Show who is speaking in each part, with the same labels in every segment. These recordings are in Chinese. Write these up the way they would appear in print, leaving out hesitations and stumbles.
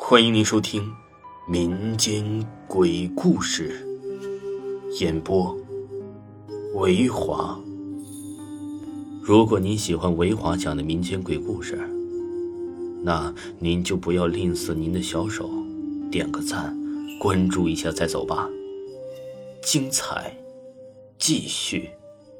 Speaker 1: 欢迎您收听民间鬼故事，演播维华。如果您喜欢维华讲的民间鬼故事，那您就不要吝啬您的小手，点个赞，关注一下再走吧。精彩继续。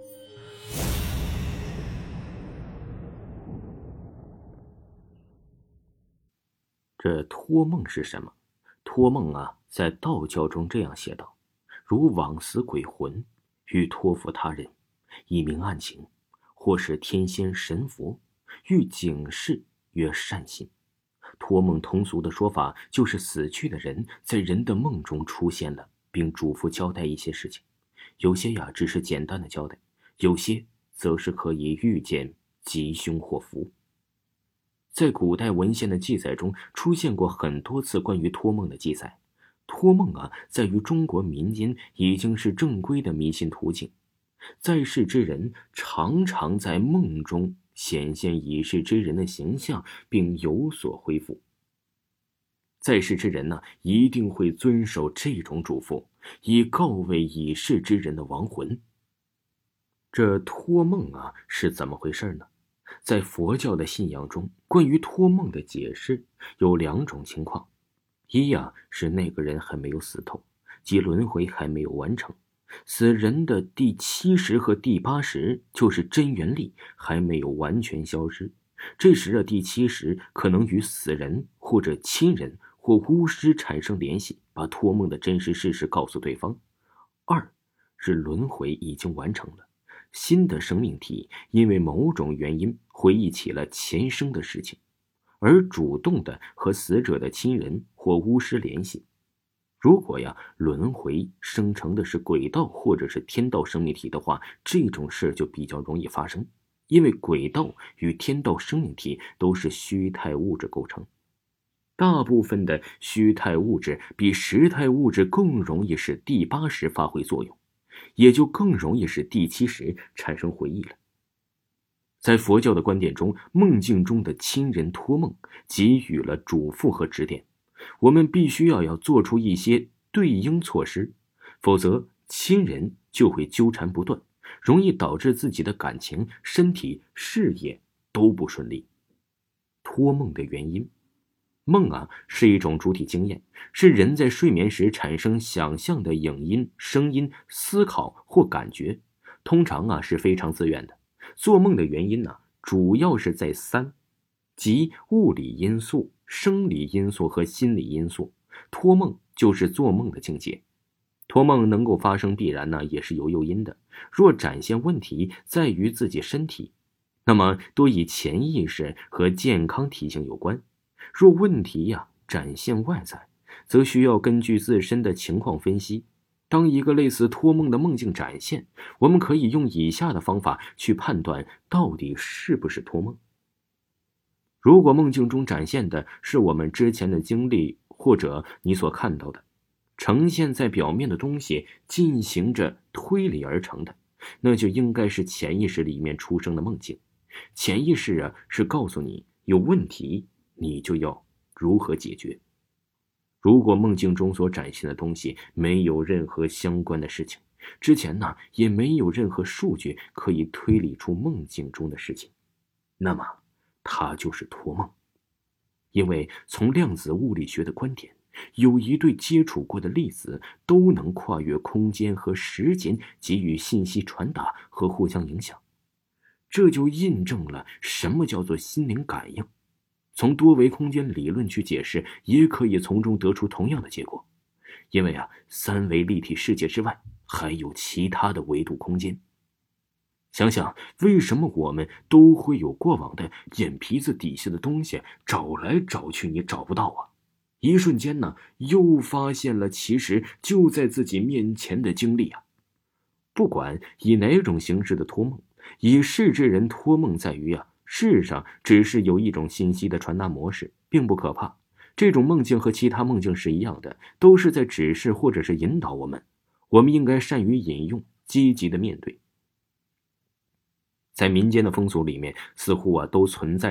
Speaker 1: 这托梦是什么？托梦在道教中这样写道：如枉死鬼魂，欲托付他人，以明案情，或是天仙神佛，欲警示曰善信。托梦通俗的说法就是死去的人在人的梦中出现了，并嘱咐交代一些事情，有些只是简单的交代，有些则是可以预见吉凶祸福。在古代文献的记载中出现过很多次关于托梦的记载。托梦在于中国民间已经是正规的迷信途径。在世之人常常在梦中显现已逝之人的形象，并有所恢复。在世之人一定会遵守这种嘱咐，以告慰已逝之人的亡魂。这托梦是怎么回事呢？在佛教的信仰中，关于托梦的解释有两种情况。一是那个人还没有死透，即轮回还没有完成，死人的第70和第80就是真元力还没有完全消失，这时第70可能与死人或者亲人或巫师产生联系，把托梦的真实事实告诉对方。二是轮回已经完成了，新的生命体因为某种原因回忆起了前生的事情，而主动的和死者的亲人或巫师联系。如果轮回生成的是鬼道或者是天道生命体的话，这种事就比较容易发生，因为鬼道与天道生命体都是虚态物质构成，大部分的虚态物质比实态物质更容易使第80发挥作用，也就更容易使第70产生回忆了。在佛教的观点中，梦境中的亲人托梦给予了嘱咐和指点，我们必须要做出一些对应措施，否则亲人就会纠缠不断，容易导致自己的感情、身体、事业都不顺利。托梦的原因，梦是一种主体经验，是人在睡眠时产生想象的影音、声音、思考或感觉，通常是非常自愿的。做梦的原因主要是在3，即物理因素、生理因素和心理因素。托梦就是做梦的境界。托梦能够发生必然也是有诱因的。若展现问题在于自己身体，那么多以潜意识和健康体型有关。若问题展现外在，则需要根据自身的情况分析。当一个类似托梦的梦境展现，我们可以用以下的方法去判断到底是不是托梦。如果梦境中展现的是我们之前的经历，或者你所看到的呈现在表面的东西进行着推理而成的，那就应该是潜意识里面出生的梦境。潜意识是告诉你有问题，你就要如何解决。如果梦境中所展现的东西没有任何相关的事情，之前也没有任何数据可以推理出梦境中的事情，那么它就是托梦。因为从量子物理学的观点，有一对接触过的粒子都能跨越空间和时间给予信息传达和互相影响，这就印证了什么叫做心灵感应。从多维空间理论去解释，也可以从中得出同样的结果。因为3维立体世界之外还有其他的维度空间。想想为什么我们都会有过往的眼皮子底下的东西找来找去你找不到一瞬间又发现了其实就在自己面前的经历不管以哪种形式的托梦，以世之人托梦在于世上只是有一种信息的传达模式，并不可怕。这种梦境和其他梦境是一样的，都是在指示或者是引导我们。我们应该善于引用，积极的面对。在民间的风俗里面，似乎都存在着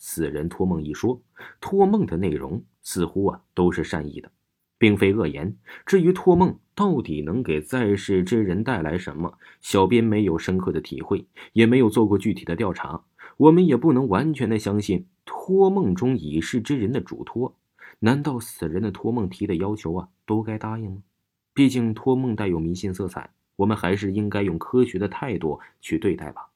Speaker 1: 死人托梦一说，托梦的内容似乎都是善意的，并非恶言。至于托梦到底能给在世之人带来什么，小编没有深刻的体会，也没有做过具体的调查，我们也不能完全的相信托梦中已逝之人的嘱托。难道死人的托梦提的要求都该答应吗？毕竟托梦带有迷信色彩，我们还是应该用科学的态度去对待吧。